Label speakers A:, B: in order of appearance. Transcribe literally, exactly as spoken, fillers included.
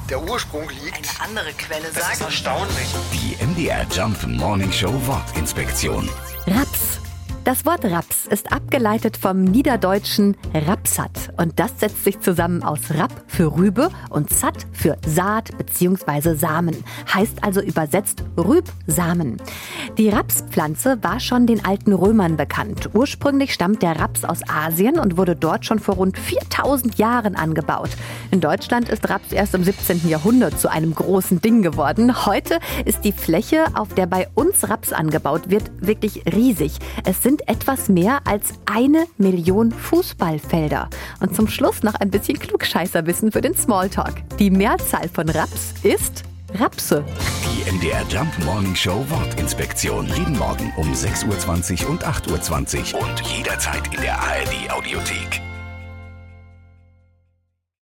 A: der Ursprung liegt.
B: Eine andere Quelle
A: Das
B: sagt...
A: ist erstaunlich.
C: Die M D R Jump Morning Show Wortinspektion.
D: Raps. Das Wort Raps ist abgeleitet vom niederdeutschen Rapsat und das setzt sich zusammen aus Rap für Rübe und Sat für Saat bzw. Samen. Heißt also übersetzt Rübsamen. Die Rapspflanze war schon den alten Römern bekannt. Ursprünglich stammt der Raps aus Asien und wurde dort schon vor rund viertausend Jahren angebaut. In Deutschland ist Raps erst im siebzehnten Jahrhundert zu einem großen Ding geworden. Heute ist die Fläche, auf der bei uns Raps angebaut wird, wirklich riesig. Es sind etwas mehr als eine Million Fußballfelder. Und zum Schluss noch ein bisschen Klugscheißerwissen für den Smalltalk. Die Mehrzahl von Raps ist Rapse.
C: Die M D R Jump Morning Show Wortinspektion. Jeden Morgen um sechs Uhr zwanzig und acht Uhr zwanzig und jederzeit in der A R D Audiothek.